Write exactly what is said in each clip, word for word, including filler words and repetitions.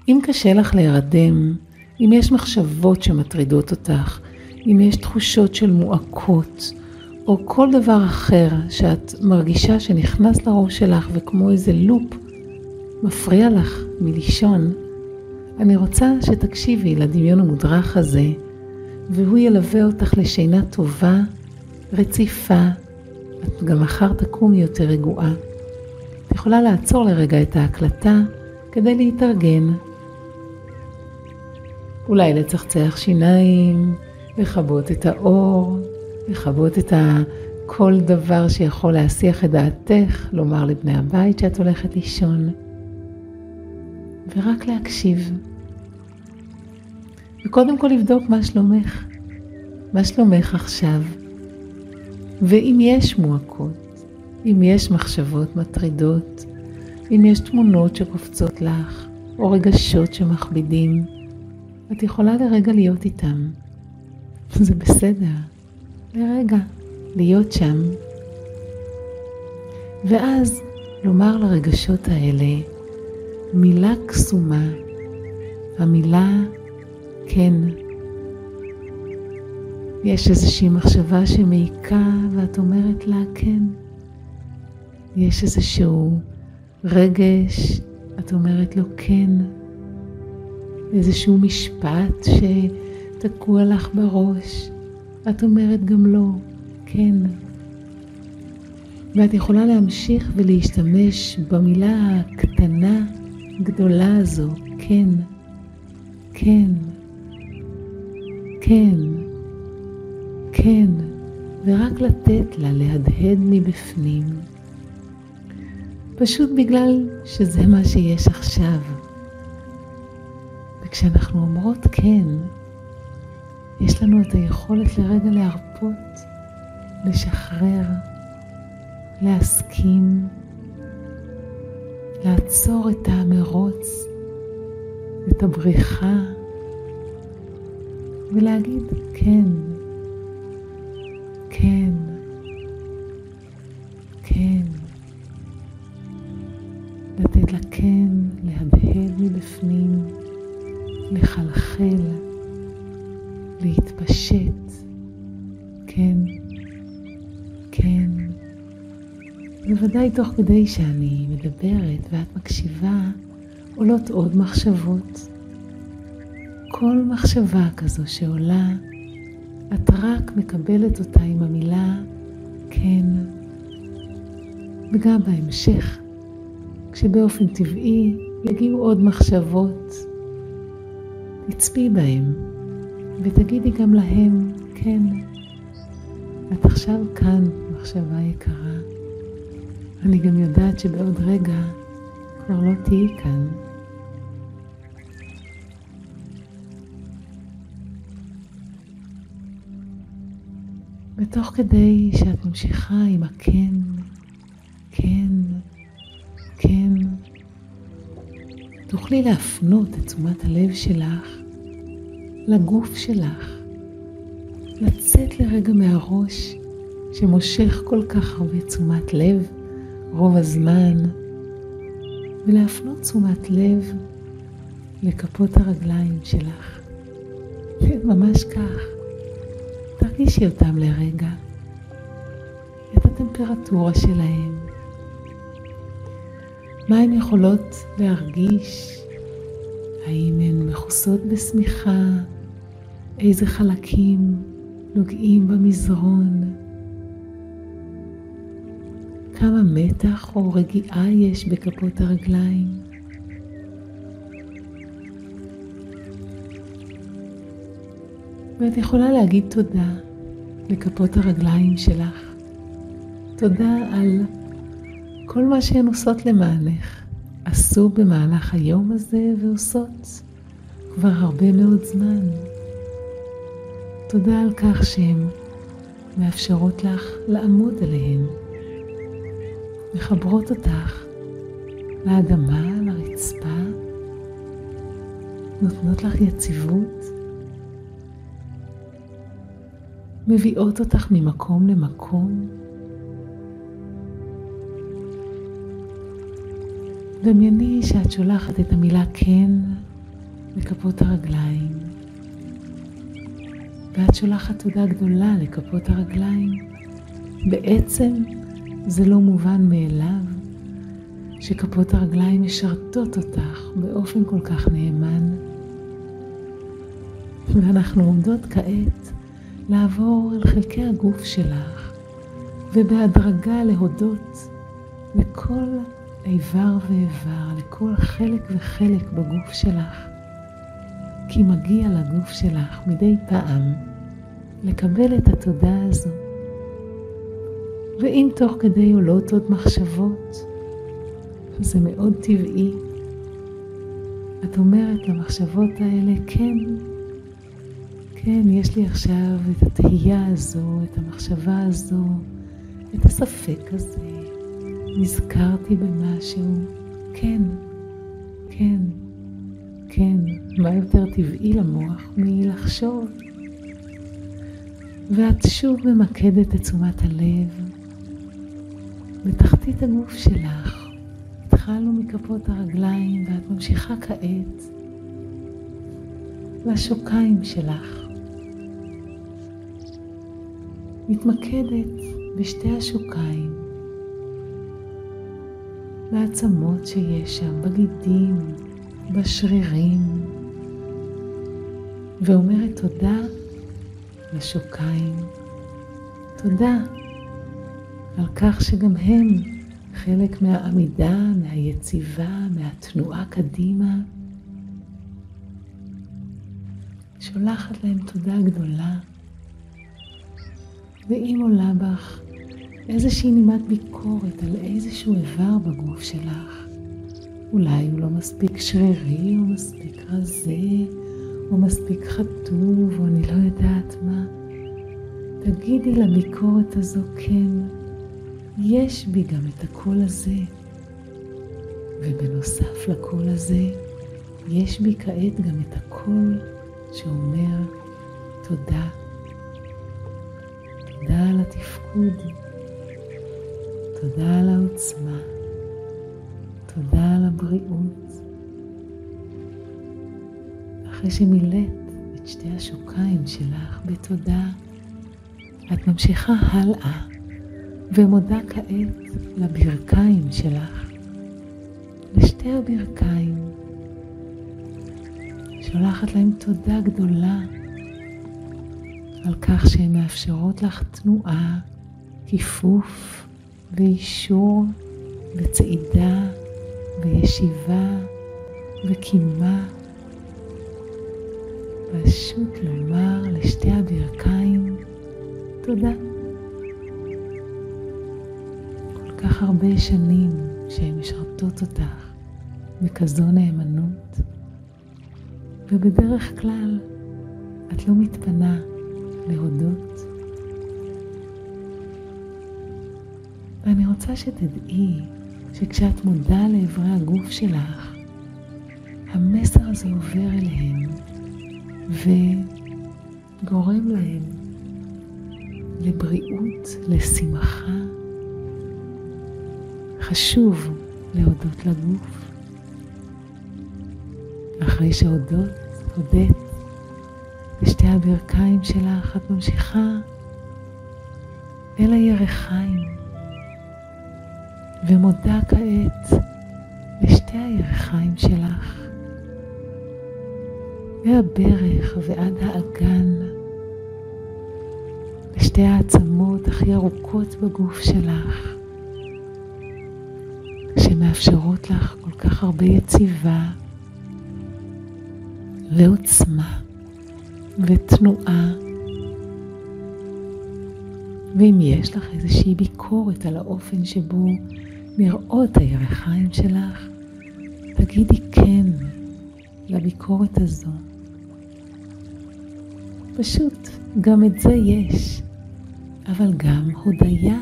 אם קשה לך להירדם, אם יש מחשבות שמטרידות אותך, אם יש תחושות של מועקות, או כל דבר אחר שאת מרגישה שנכנס לראש שלך וכמו איזה לופ מפריע לך מלישון, אני רוצה שתקשיבי לדמיון המודרך הזה, והוא ילווה אותך לשינה טובה, רציפה, את גם מחר תקומי יותר רגועה. את יכולה לעצור לרגע את ההקלטה כדי להתארגן. אולי לצחצח שיניים, לכבות את האור, לכבות את כל דבר שיכול להסיח את דעתך, לומר לבני הבית שאת הולכת לישון, ורק להקשיב. וקודם כל לבדוק מה שלומך, מה שלומך עכשיו. ואם יש מועקות, אם יש מחשבות מטרידות, אם יש תמונות שקופצות לך, או רגשות שמכבידים, את יכולה לרגע להיות איתם. זה בסדר, לרגע להיות שם. ואז לומר לרגשות האלה מילה קסומה, המילה כן. יש איזושהי מחשבה שמעיקה ואת אומרת לה כן. יש איזשהו רגש, את אומרת לו כן. איזשהו משפט שתקוע לך בראש, את אומרת גם לא, כן. ואת יכולה להמשיך ולהשתמש במילה הקטנה, גדולה הזו, כן, כן, כן, כן, ורק לתת לה להדהד מבפנים. פשוט בגלל שזה מה שיש עכשיו. וכשאנחנו אומרות כן, יש לנו את היכולת לרגע להרפות, לשחרר, להסכים, לעצור את המרוץ, את הבריחה, ולהגיד כן, כן, כן. לתת לה כן, להדהד מבפנים, לחלחל, להתפשט, כן, כן. בוודאי תוך כדי שאני מדברת ואת מקשיבה, עולות עוד מחשבות. כל מחשבה כזו שעולה, את רק מקבלת אותה עם המילה כן. וגם בהמשך, כשבאופן טבעי יגיעו עוד מחשבות, תצפי בהם ותגידי גם להם כן. את עכשיו כאן, מחשבה יקרה. אני גם יודעת שבעוד רגע כבר לא תהיי כאן. ותוך כדי שאת ממשיכה עם הכן, כן, כן, תוכלי להפנות את תשומת הלב שלך לגוף שלך, לצאת לרגע מהראש שמושך כל כך הרבה תשומת לב רוב הזמן, ולהפנות תשומת לב לכפות הרגליים שלך. ממש כך. תרגישי אותם לרגע, את הטמפרטורה שלהם. מה הן יכולות להרגיש? האם הן מכוסות בשמיכה? איזה חלקים נוגעים במזרון? כמה מתח או רגיעה יש בכפות הרגליים? ואת יכולה להגיד תודה לכפות הרגליים שלך. תודה על כל מה שהן עושות למענך, עשו במהלך היום הזה ועושות כבר הרבה מאוד זמן. תודה על כך שהן מאפשרות לך לעמוד עליהן, מחברות אותך לאדמה, לרצפה, נותנות לך יציבות, מביאות אותך ממקום למקום. דמייני שאת שולחת את המילה כן לכפות הרגליים, ואת שולחת תודה גדולה לכפות הרגליים. בעצם זה לא מובן מאליו שכפות הרגליים משרתות אותך באופן כל כך נאמן. ואנחנו עומדות כעת לעבור אל חלקי הגוף שלך, ובהדרגה להודות לכל איבר ואיבר, לכל חלק וחלק בגוף שלך. כי מגיע לגוף שלך מדי פעם לקבל את התודה הזו. ואם תוך כדי עולות עוד מחשבות, זה מאוד טבעי. את אומרת למחשבות האלה, כן, כן, יש לי עכשיו את התהייה הזו, את המחשבה הזו, את הספק הזה. נזכרתי במשהו, כן, כן, כן. מה יותר טבעי למוח מלחשוב? ואת שוב ממקדת את תשומת הלב בתחתית הגוף שלך. התחלנו מכפות הרגליים ואת ממשיכה כעת לשוקיים שלך. מתמקדת בשתי השוקיים, בעצמות שיש שם, בגידים, בשרירים, ואומרת תודה לשוקיים. תודה על כך שגם הם חלק מהעמידה, מהיציבה, מהתנועה קדימה. שולחת להם תודה גדולה. ואם עולה בך איזושהי נימת ביקורת על איזשהו איבר בגוף שלך, אולי הוא לא מספיק שרירי, או מספיק רזה, או מספיק חטוב, או אני לא יודעת מה, תגידי לביקורת הזו, כן, יש בי גם את הקול הזה, ובנוסף לקול הזה, יש בי כעת גם את הקול שאומר תודה. תודה על התפקוד, תודה על העוצמה, תודה על הבריאות. אחרי שמילאת את שתי השוקיים שלך בתודה, את ממשיכה הלאה ומודה כעת לברכיים שלך, לשתי הברכיים. שולחת להם תודה גדולה על כך שהן מאפשרות לך תנועה, כיפוף ואישור וצעידה וישיבה וקימה. פשוט לומר לשתי הברכיים תודה. כל כך הרבה שנים שהן משרתות אותך בכזו נאמנות, ובדרך כלל את לא מתפנה להודות. ואני רוצה שתדעי שכשאת מודה לעברי הגוף שלך, המסר הזה עובר אליהם וגורם להם לבריאות, לשמחה. חשוב להודות לגוף. אחרי שהודות, הודית בשתי הברכיים שלך, את ממשיכה אל הירכיים ומודה כעת לשתי הירכיים שלך, מהברך ועד האגן, לשתי העצמות הכי ארוכות בגוף שלך, שמאפשרות לך כל כך הרבה יציבה ועוצמה ותנועה. ואם יש לך איזושהי ביקורת על האופן שבו נראות הירכיים שלך, תגידי כן לביקורת הזו. פשוט גם את זה יש, אבל גם הודיה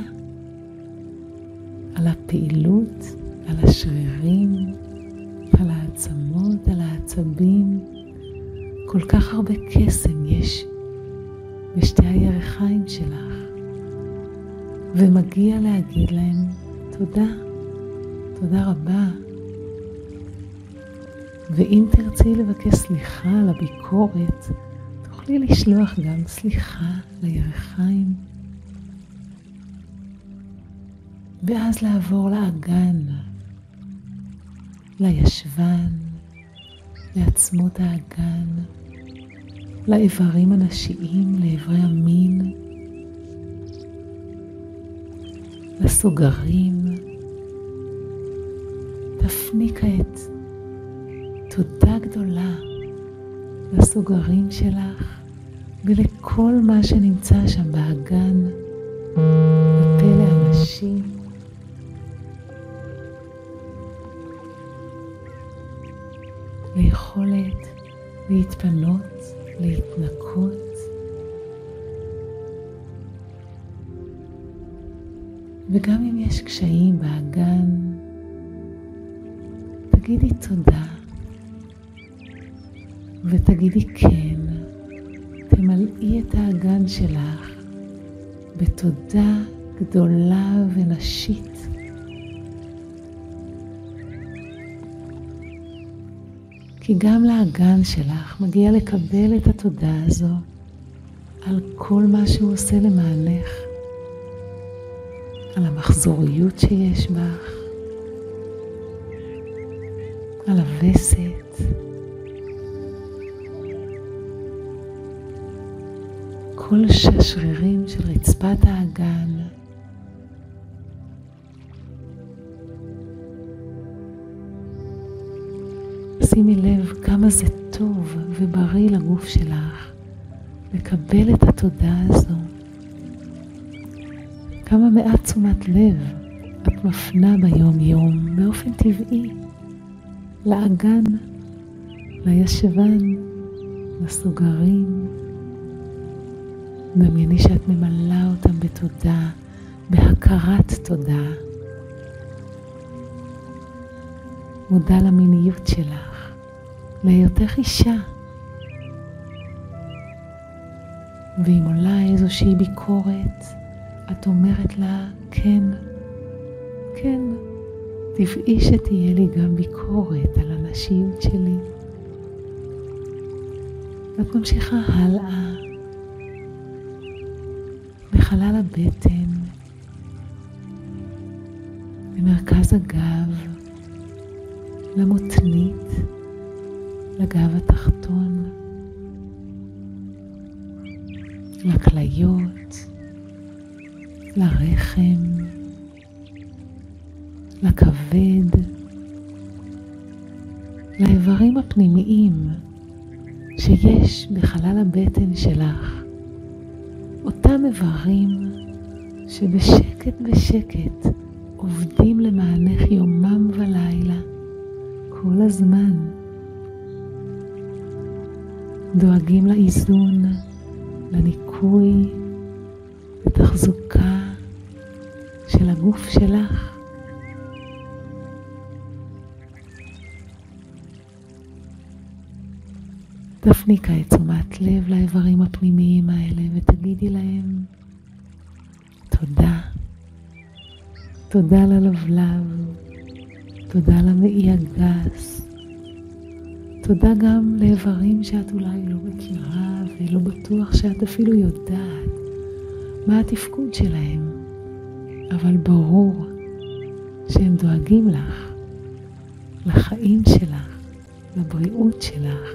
על הפעילות, על השרירים, על העצמות, על העצבים. כל כך הרבה קסם יש בשתי הירכיים שלך, ומגיע להגיד להם תודה, תודה רבה. ואם תרצי לבקש סליחה על הביקורת, תוכלי לשלוח גם סליחה לירכיים. ואז לעבור לאגן, לישבן, לעצמות האגן, לאיברים הנשיים, לאיברי המין, לסוגרים. תפני כעת תודה גדולה לסוגרים שלך ולכל מה שנמצא שם באגן, לפה לאנשים. ליכולת להתפנות, להתנקות. וגם אם יש קשיים באגן, תגידי תודה ותגידי כן. תמלאי את האגן שלך בתודה גדולה ונשית. כי גם לאגן שלך מגיע לקבל את התודה הזו על כל מה שהוא עושה למענך, על המחזוריות שיש בך, על הווסת, כל השרירים של רצפת האגן. שימי לב כמה זה טוב ובריא לגוף שלך לקבל את התודה הזו. כמה מעט תשומת לב את מפנה ביום יום באופן טבעי לאגן, לישבן, לסוגרים. דמייני שאת ממלאה אותם בתודה, בהכרת תודה. מודה למיניות שלך, להיותך אישה. ואם עולה איזושהי ביקורת, את אומרת לה, כן, כן, טבעי שתהיה לי גם ביקורת על הנשיות שלי. ואת ממשיכה הלאה, בחלל הבטן, במרכז הגב, למותנית, לגב התחתון, לכליות, לרחם, לכבד, לאיברים הפנימיים שיש בחלל הבטן שלך. אותם איברים שבשקט בשקט עובדים למענך יומם ולילה, כל הזמן. דואגים לאיזון, לניקוי, לתחזוקה של הגוף שלך. תפני כעת תשומת לב לאיברים הפנימיים האלה ותגידי להם תודה. תודה ללבלב, תודה למעי הגס, תודה גם לאיברים שאת אולי לא מכירה ולא בטוח שאת אפילו יודעת מה התפקוד שלהם, אבל ברור שהם דואגים לך, לחיים שלך, לבריאות שלך.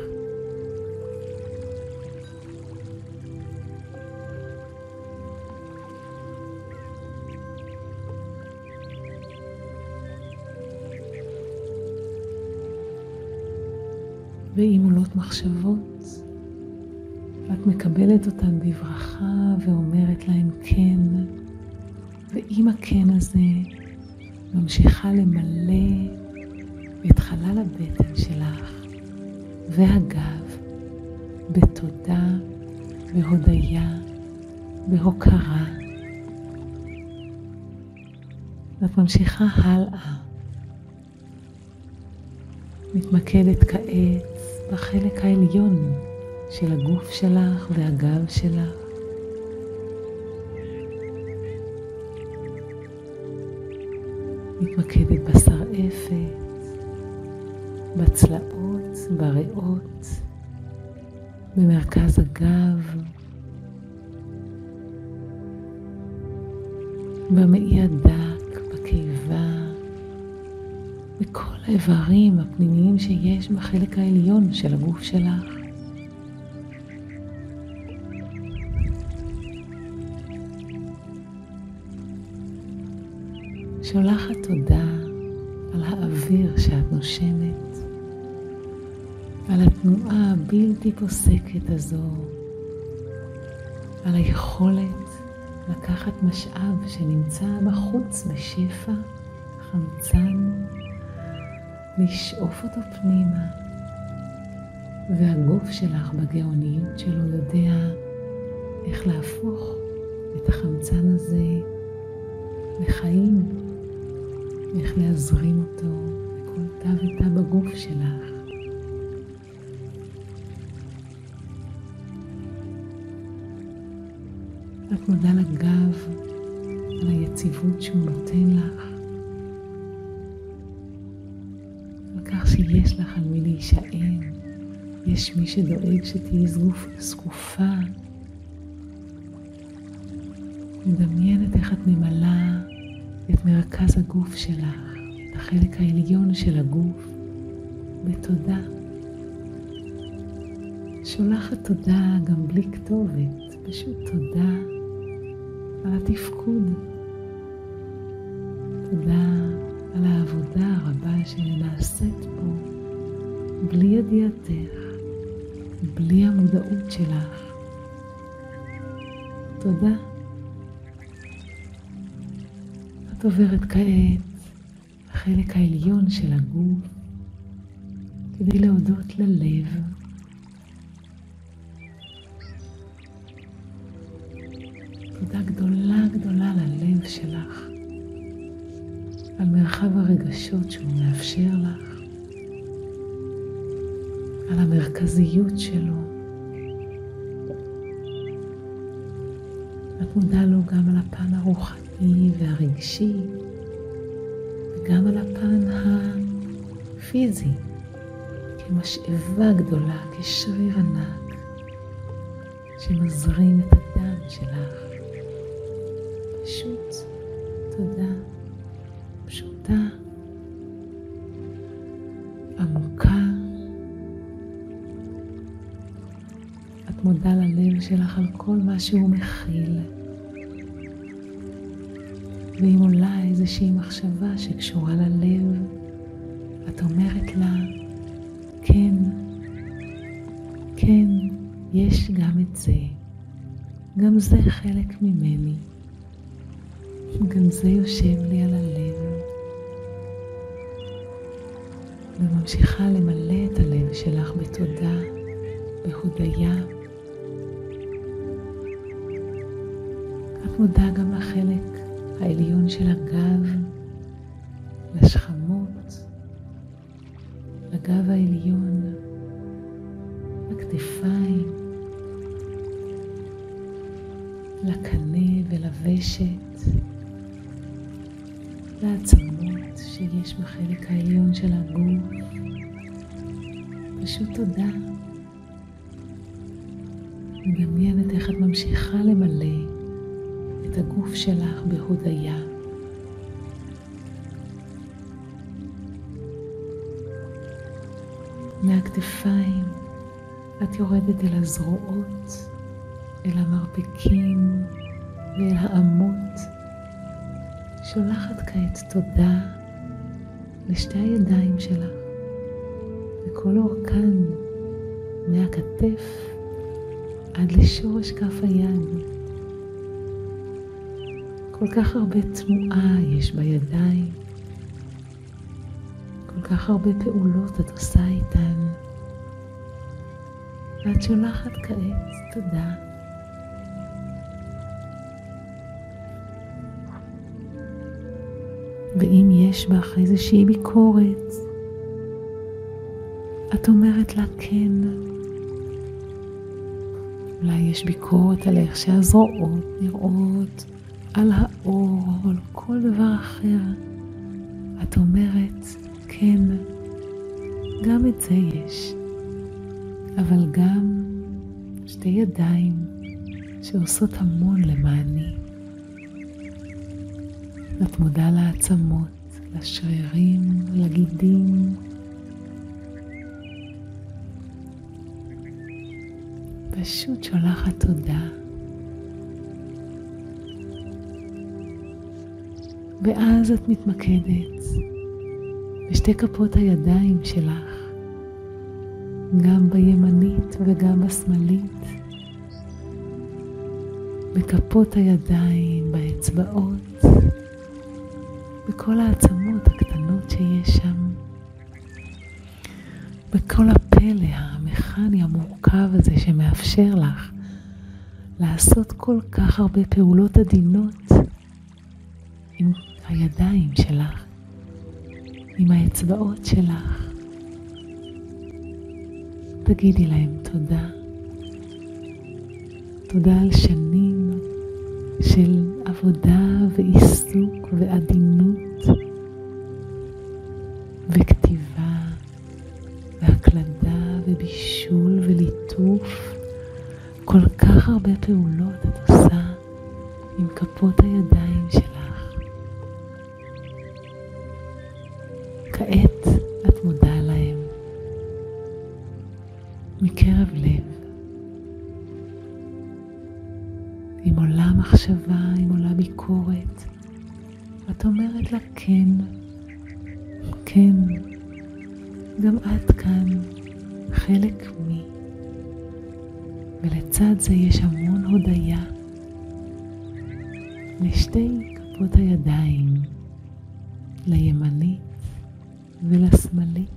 ואם עולות מחשבות, את מקבלת אותן בברכה ואומרת להם כן, ועם הכן הזה ממשיכה למלא את חלל הבטן שלך והגב בתודה, בהודיה, בהוקרה. ואת ממשיכה הלאה, מתמקדת כעת בחלק העליון של הגוף שלך והגב שלך. מתמקדת בשרעפת, בצלעות, בריאות, במרכז הגב, במעי הדק, בקיבה, בכל האיברים הפנימיים שיש בחלק העליון של הגוף שלך. שולחת תודה על האוויר שאת נושמת, על התנועה הבלתי פוסקת הזו, על היכולת לקחת משאב שנמצא בחוץ בשפע, חמצן, לשאוף אותו פנימה, והגוף שלך בגאוניות שלו יודע איך להפוך את החמצן הזה לחיים, איך להזרים אותו לכל תא ותא בגוף שלך. את מודה לגב על היציבות שהוא נותן לך, על כך שיש לך על מי להישען, יש מי שדואג שתהיי זקופה. מדמיינת איך את ממלאה את מרכז הגוף שלך, את החלק העליון של הגוף, בתודה. שולחת תודה גם בלי כתובת, פשוט תודה על התפקוד. תודה על העבודה הרבה שנעשית פה, בלי ידיעתך, בלי המודעות שלך. תודה. את עוברת כעת לחלק העליון של הגוף כדי להודות ללב. תודה גדולה גדולה ללב שלך, על מרחב הרגשות שהוא מאפשר לך, על המרכזיות שלו. את מודה לו גם על הפן הרוחני והרגשי, וגם על הפן הפיזי, כמשאבה גדולה, כשריר ענק, שמזרים את הדם שלך. פשוט תודה, פשוטה, עמוקה. את מודה ללב שלך על כל מה שהוא מכיל. ואם עולה איזושהי מחשבה שקשורה ללב, את אומרת לה, כן, כן, יש גם את זה. גם זה חלק ממני. גם זה יושב לי על הלב. וממשיכה למלא את הלב שלך בתודה, בהודיה. את מודה גם לחלק העליון של הגב, לשכמות, לגב העליון, לכתפיים, לקנה ולוושת, לעצמות שיש בחלק העליון של הגוף. פשוט תודה. מדמיינת איך את ממשיכה למלא את הגוף שלך בהודיה. מהכתפיים את יורדת אל הזרועות, אל המרפקים ואל האמות. שולחת כעת תודה לשתי הידיים שלך, וכל אורכן מהכתף עד לשורש כף היד. כל כך הרבה תנועה יש בידיים, כל כך הרבה פעולות את עושה איתן, ואת שולחת כעת תודה. ואם יש בך איזושהי ביקורת, את אומרת לה כן. אולי יש ביקורת על איך שהזרועות נראות, על האור או על כל דבר אחר. את אומרת כן. גם את זה יש, אבל גם שתי ידיים שעושות המון למעני. את מודה לעצמות, לשרירים, לגידים. פשוט שולחת תודה. ואז את מתמקדת בשתי כפות הידיים שלך, גם בימנית וגם בשמאלית, בכפות הידיים, באצבעות, בכל העצמות הקטנות שיש שם, בכל הפלא המכני המורכב הזה שמאפשר לך לעשות כל כך הרבה פעולות עדינות עם הידיים שלך, עם האצבעות שלך. תגידי להם תודה. תודה על שנים של עבודה ועיסוק ועדינות וכתיבה והקלדה ובישול וליטוף. כל כך הרבה פעולות את עושה עם כפות הידיים שלך. כעת את מודה להם מקרב לב, עם עולה מחשבה, עם עולה ביקורת. את אומרת לה כן, כן, גם את כאן חלק מי. ולצד זה יש המון הודיה לשתי כפות הידיים, לימנית ולשמאלית.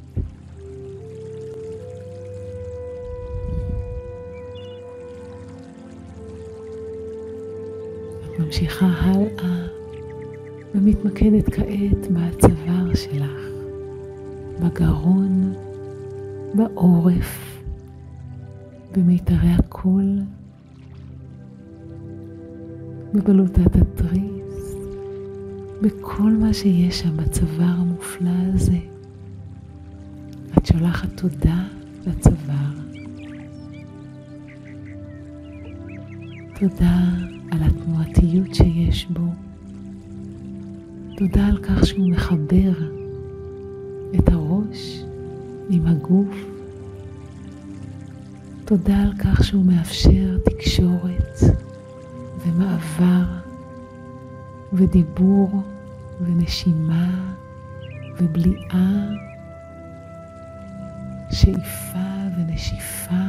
את ממשיכה הלאה ומתמקדת כעת בצוואר שלך, בגרון, בעורף, במיתרי הקול, בבלוטת התריס, בכל מה שיש שם בצוואר המופלא הזה. את שולחת תודה לצוואר. תודה על התנועתיות שיש בו. תודה על כך שהוא מחבר את הראש עם הגוף. תודה על כך שהוא מאפשר תקשורת ומעבר ודיבור ונשימה ובליעה, שאיפה ונשיפה.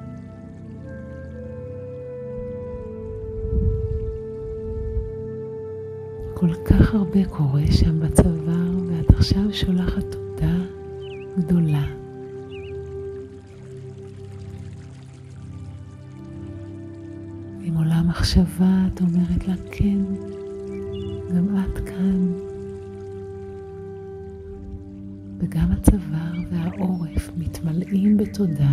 כל כך הרבה קורה שם בצוואר, ואת עכשיו שולחת תודה גדולה. עם עולה מחשבה את אומרת לה כן, גם את כאן. וגם הצוואר והעורף מתמלאים בתודה.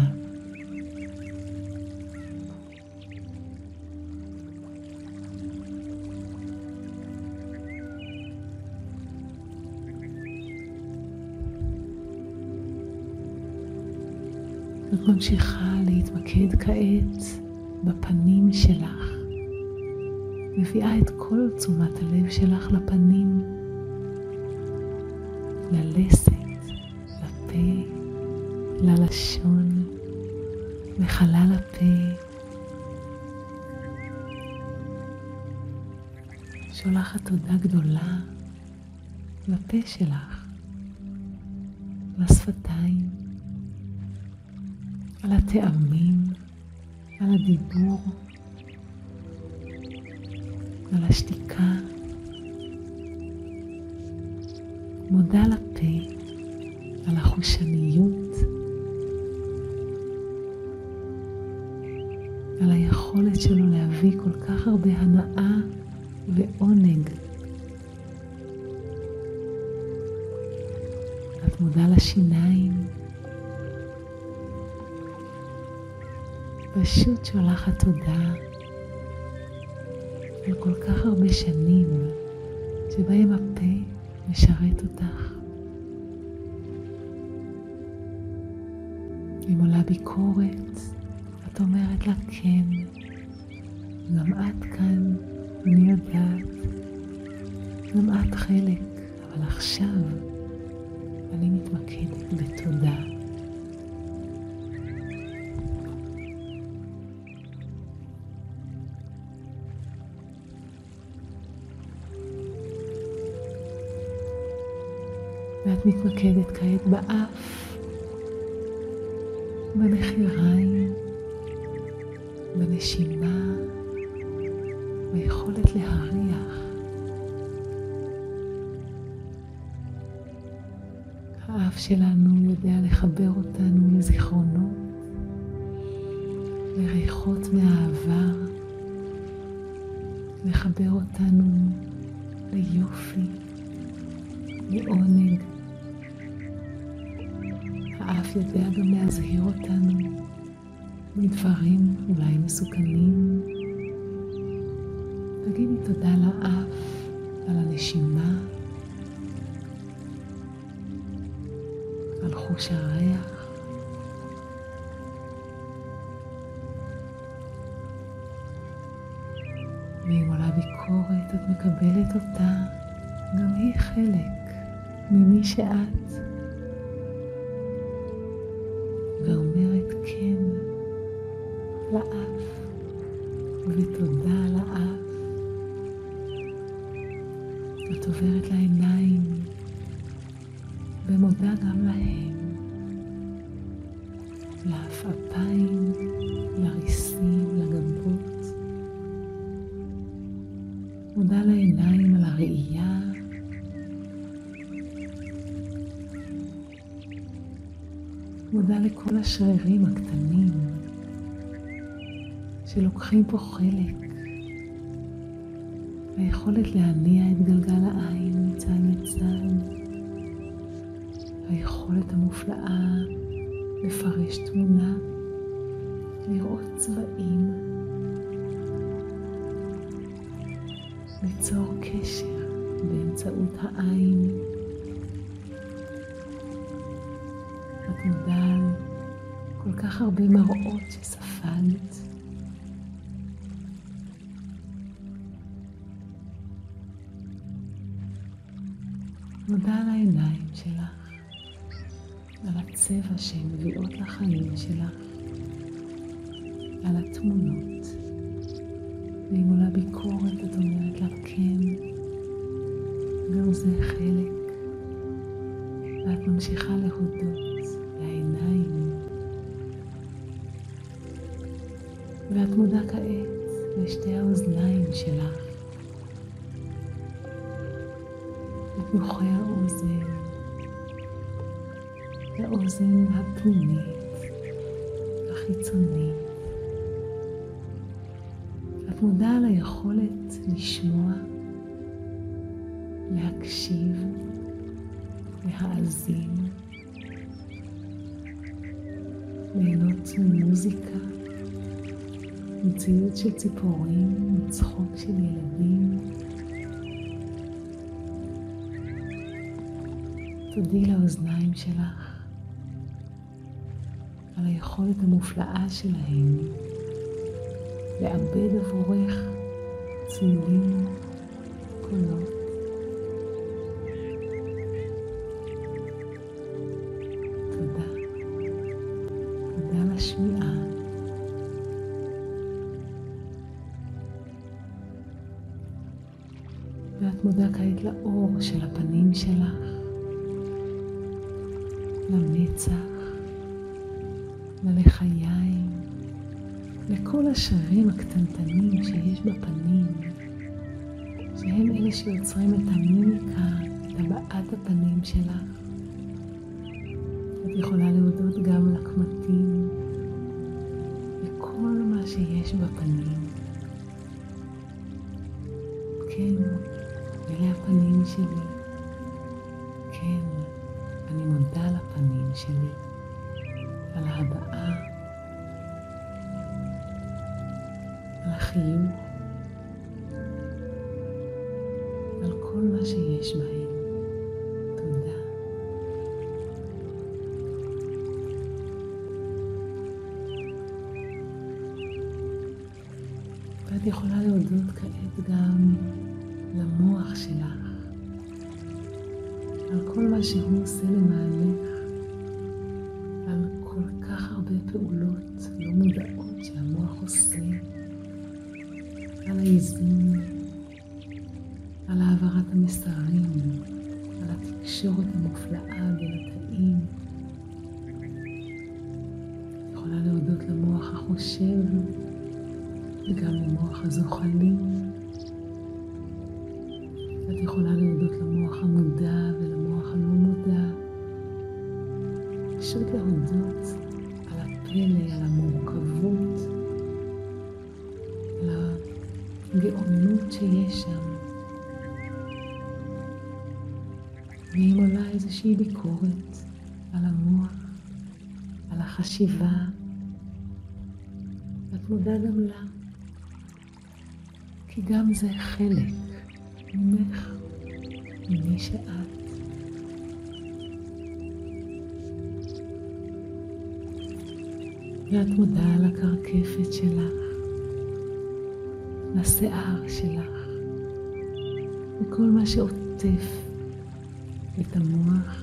את ממשיכה להתמקד כעת בפנים שלך. מביאה את כל תשומת הלב שלך לפנים, ללסת, לפה, ללשון, לחלל הפה. שולחת תודה גדולה לפה שלך, לשפתיים, על הטעמים, על הדיבור, על השתיקה. מודה לפה על החושניות, על היכולת שלו להביא כל כך הרבה הנאה ועונג. את מודה לשיניים, פשוט שולחת תודה על כל כך הרבה שנים שבהם הפה משרת אותך. אם עולה ביקורת, את אומרת לה כן, גם את כאן, אני יודעת, גם את חלק, אבל עכשיו אני מתמקדת בתודה. ואת מתמקדת כעת באף, בנחיריים, בנשימה, ביכולת להריח. האף שלנו יודע לחבר אותנו לזיכרונות, לריחות מהעבר, לחבר אותנו ליופי, לעונג. האף יודע גם להזהיר אותנו מדברים אולי מסוכנים. תגידי תודה לאף על הנשימה, על חוש הריח. ואם עולה ביקורת, את מקבלת אותה, גם היא חלק ממי שאת. ואומרת כן לאף, ותודה לאף. את עוברת לעיניים, ומודה גם להם, לעפעפיים, לריסים, לגבות. מודה לעיניים על הראייה, מודה לכל השרירים הקטנים שלוקחים פה חלק. היכולת להניע את גלגל העין מצד לצד. היכולת המופלאה לפרש תמונה, לראות צבעים, ליצור קשר באמצעות העין. את מודה על כל כך הרבה מראות שספלת. מודה על העיניים שלך, על הצבע שהן מביאות לחיים שלך, על התמונות. ואם עולה ביקורת, את אומרת לך כן, גם זה חלק. ואת ממשיכה להודות לעיניים. ואת מודה כעת לשתי האוזניים שלך, לתנוחי האוזן, לאוזן הפנימית, החיצונית. את מודה על היכולת לשמוע, להקשיב, להאזין, ליהנות ממוזיקה, מציאות של ציפורים, מצחוק של ילדים. תודי לאוזניים שלך על היכולת המופלאה שלהם לעבד עבורך צלילים, קולות. תודה. תודה לשמיעה. ואת מודה כעת לאור של הפנים שלך, למצח, ללחיים, לכל השרירים הקטנטנים שיש בפנים, שהם אלה שיוצרים את המימיקה, את הבעת הפנים שלך. את יכולה להודות גם לקמטים, לכל מה שיש בפנים. כן, אלה הפנים שלי. כן, אני מודה לפנים שלי, על ההבעה, על החיוך, על כל מה שיש בהם. תודה. ואת יכולה להודות כעת גם למוח שלך, על כל מה שהוא עושה למענך, על כל כך הרבה פעולות לא מודעות שהמוח עושה, על האיזון, על העברת המסרים, על התקשורת המופלאה בין התאים. את יכולה להודות למוח החושב וגם למוח הזוחלים. את יכולה להודות למוח המודע ולמוח הלא מודע. פשוט להודות על הפלא, על המורכבות, על הגאונות שיש שם. ואם עולה איזושהי ביקורת על המוח, על החשיבה, את מודה גם לה, כי גם זה חלק ממך, ממי שאת. ואת מודה על הקרקפת שלך, לשיער שלך, וכל מה שעוטף את המוח.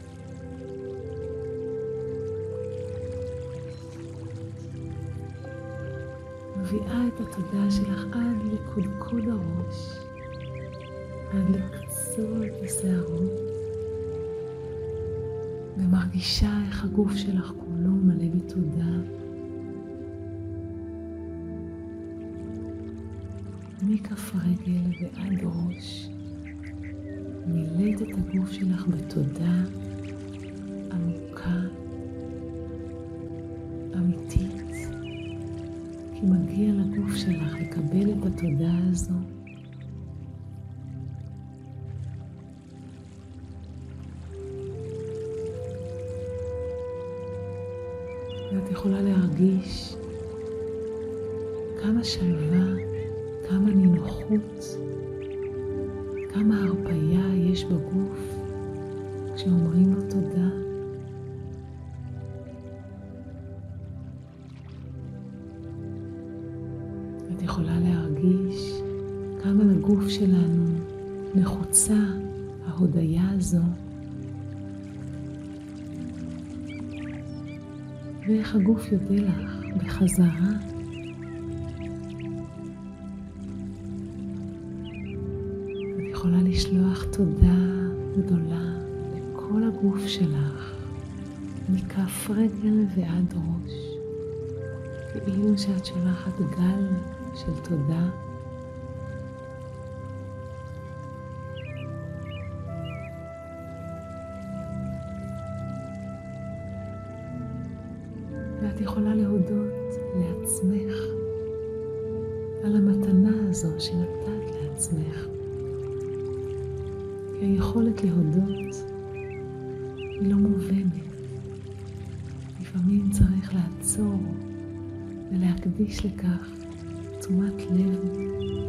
מביאה את התודעה שלך עד לקודקוד הראש, עד לקצות השערות, ומרגישה איך הגוף שלך כולו מלא בתודה. מכף רגל ועד ראש, מילאת את הגוף שלך בתודה עמוקה, אמיתית, כי מגיע לגוף שלך לקבל את התודה הזו. ואת יכולה להרגיש כמה שלווה, כמה נינוחות, כמה הרפאיה יש בגוף כשאומרים לו תודה. את יכולה להרגיש כמה לגוף שלנו נחוצה ההודיה הזו, ואיך הגוף יודע לך בחזרה. את יכולה לשלוח תודה גדולה לכל הגוף שלך, מכף רגל ועד ראש, כאילו שאת שולחת גל של תודה. ואת יכולה להודות לעצמך על המתנה הזו שנתת לעצמך. כי היכולת להודות היא לא מובנת. לפעמים צריך לעצור ולהקדיש לכך תשומת לב.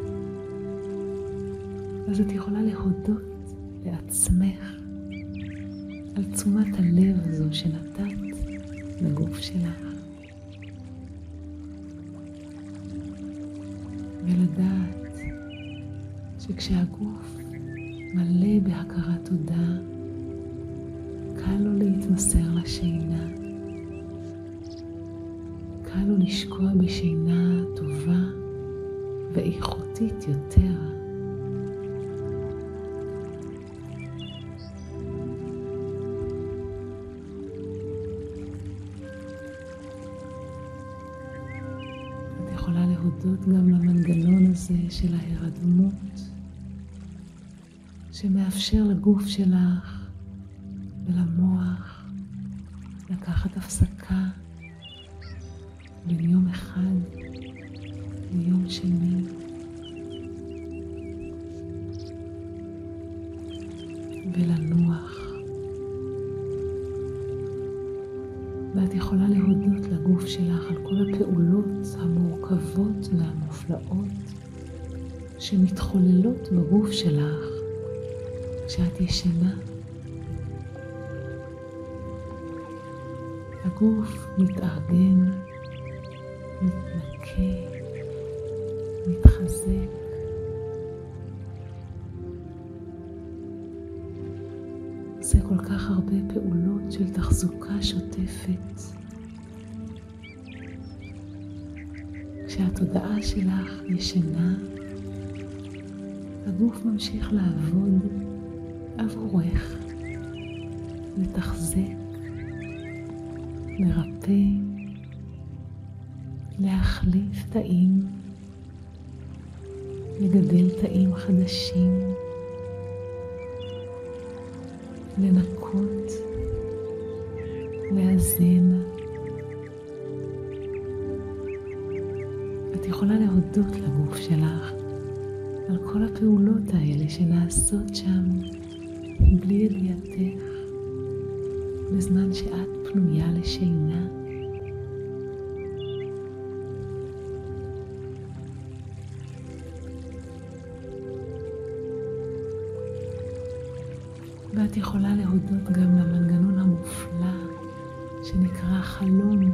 אז את יכולה להודות לעצמך על תשומת הלב הזו שנתת לגוף שלך. ולדעת שכשהגוף מלא בהכרת תודה, קל לו להתמסר לשינה. קל לו לשקוע בשינה טובה ואיכותית יותר. את יכולה להודות גם למנגנון הזה של ההירדמות, שמאפשר לגוף שלך ולמוח לקחת הפסקה בין יום אחד ליום שני. ולנוח. ואת יכולה להודות לגוף שלך על כל הפעולות המורכבות והמופלאות שמתחוללות בגוף שלך כשאת ישנה. הגוף מתארגן, מתנקה, מתחזק. עושה כל כך הרבה פעולות של תחזוקה שוטפת. כשהתודעה שלך ישנה, הגוף ממשיך לעבוד עבורך, לתחזק, לרפא, להחליף תאים, לגדל תאים חדשים, לנקות, לאזן. את יכולה להודות לגוף שלך על כל הפעולות האלה שנעשות שם בלי ידיעתך, בזמן שאת פנויה לשינה. ואת יכולה להודות גם למנגנון המופלא שנקרא חלום.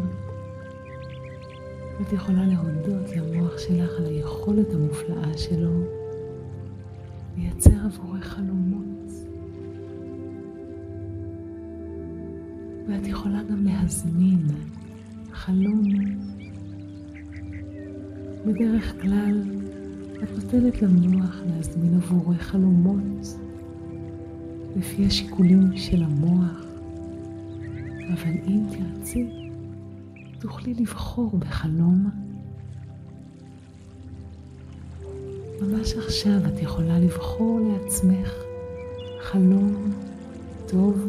את יכולה להודות למוח שלך על היכולת המופלאה שלו לייצר עבורך חלומות. ואת יכולה גם להזמין חלום. בדרך כלל את נותנת למוח להזמין עבורך חלומות לפי השיקולים של המוח, אבל אם תרצי, תוכלי לבחור בחלום. ממש עכשיו את יכולה לבחור לעצמך חלום טוב.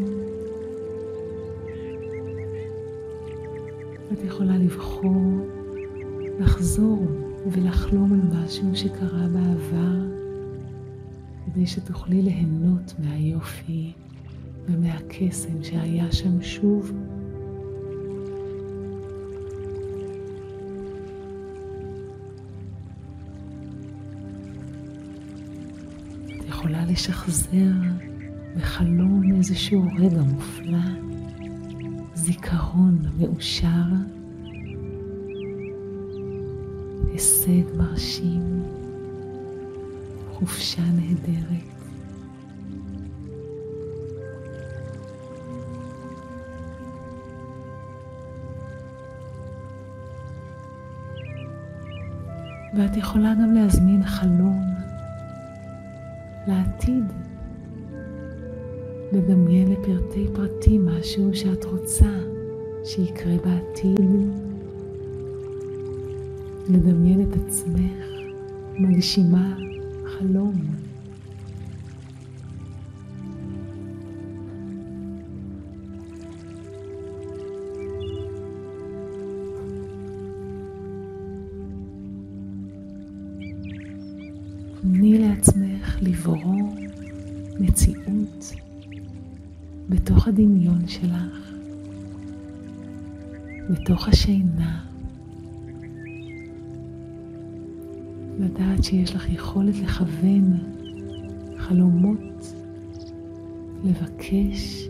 את יכולה לבחור לחזור ולחלום על משהו שקרה בעבר, כדי שתוכלי ליהנות מהיופי ומהקסם שהיה שם שוב. את יכולה לשחזר בחלום איזשהו רגע מופלא, זיכרון מאושר, הישג מרשים, חופשה נהדרת. ואת יכולה גם להזמין חלום לעתיד, לדמיין לפרטי פרטים משהו שאת רוצה שיקרה בעתיד, לדמיין את עצמך מגשימה חלום. תני לעצמך לברוא מציאות בתוך הדמיון שלך, בתוך השינה. לדעת שיש לך יכולת לכוון חלומות, לבקש,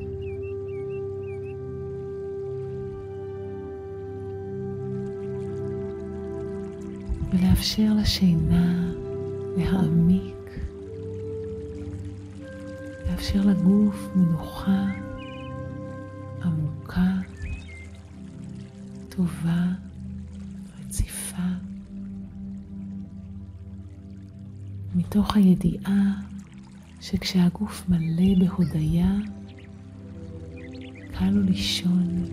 ולאפשר לשינה להעמיק, לאפשר לגוף מנוחה עמוקה, טובה, רציפה, מתוך הידיעה שכשהגוף מלא בהודיה, קל לו לישון.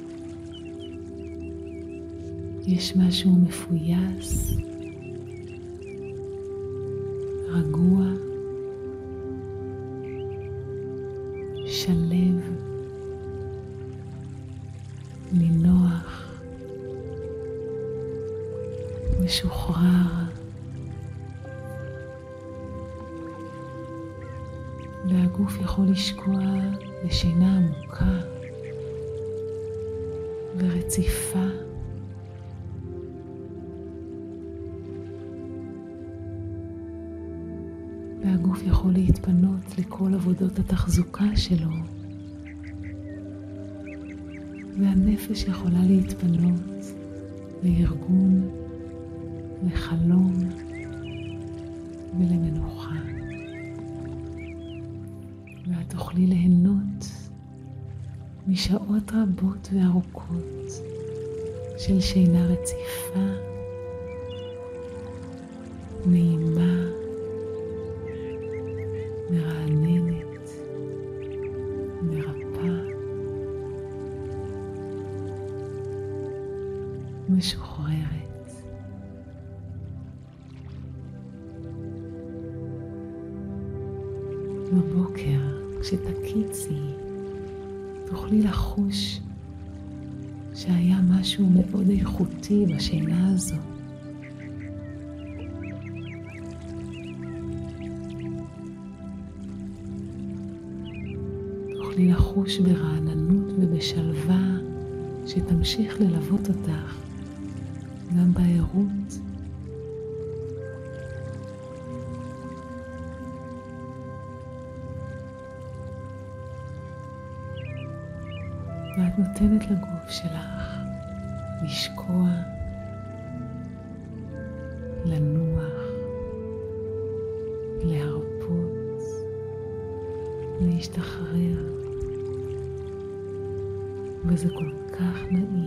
יש משהו מפויס, רגוע, שלב, נינוח, משוחרר, והגוף יכול לשקוע לשינה עמוקה ורציפה. והגוף יכול להתפנות לכל עבודות התחזוקה שלו, והנפש יכולה להתפנות לארגון, לחלום, משעות רבות וארוכות של שינה רציפה, נעימה, מרעננת, מרפאה, משוחררת. בבוקר, כשתקיצי, תוכלי לחוש שהיה משהו מאוד איכותי בשינה הזו. תוכלי לחוש ברעננות ובשלווה שתמשיך ללוות אותך גם בעירות. ואת נותנת לגוף שלך לשקוע, לנוח, להרפות, להשתחרר. וזה כל כך נעים.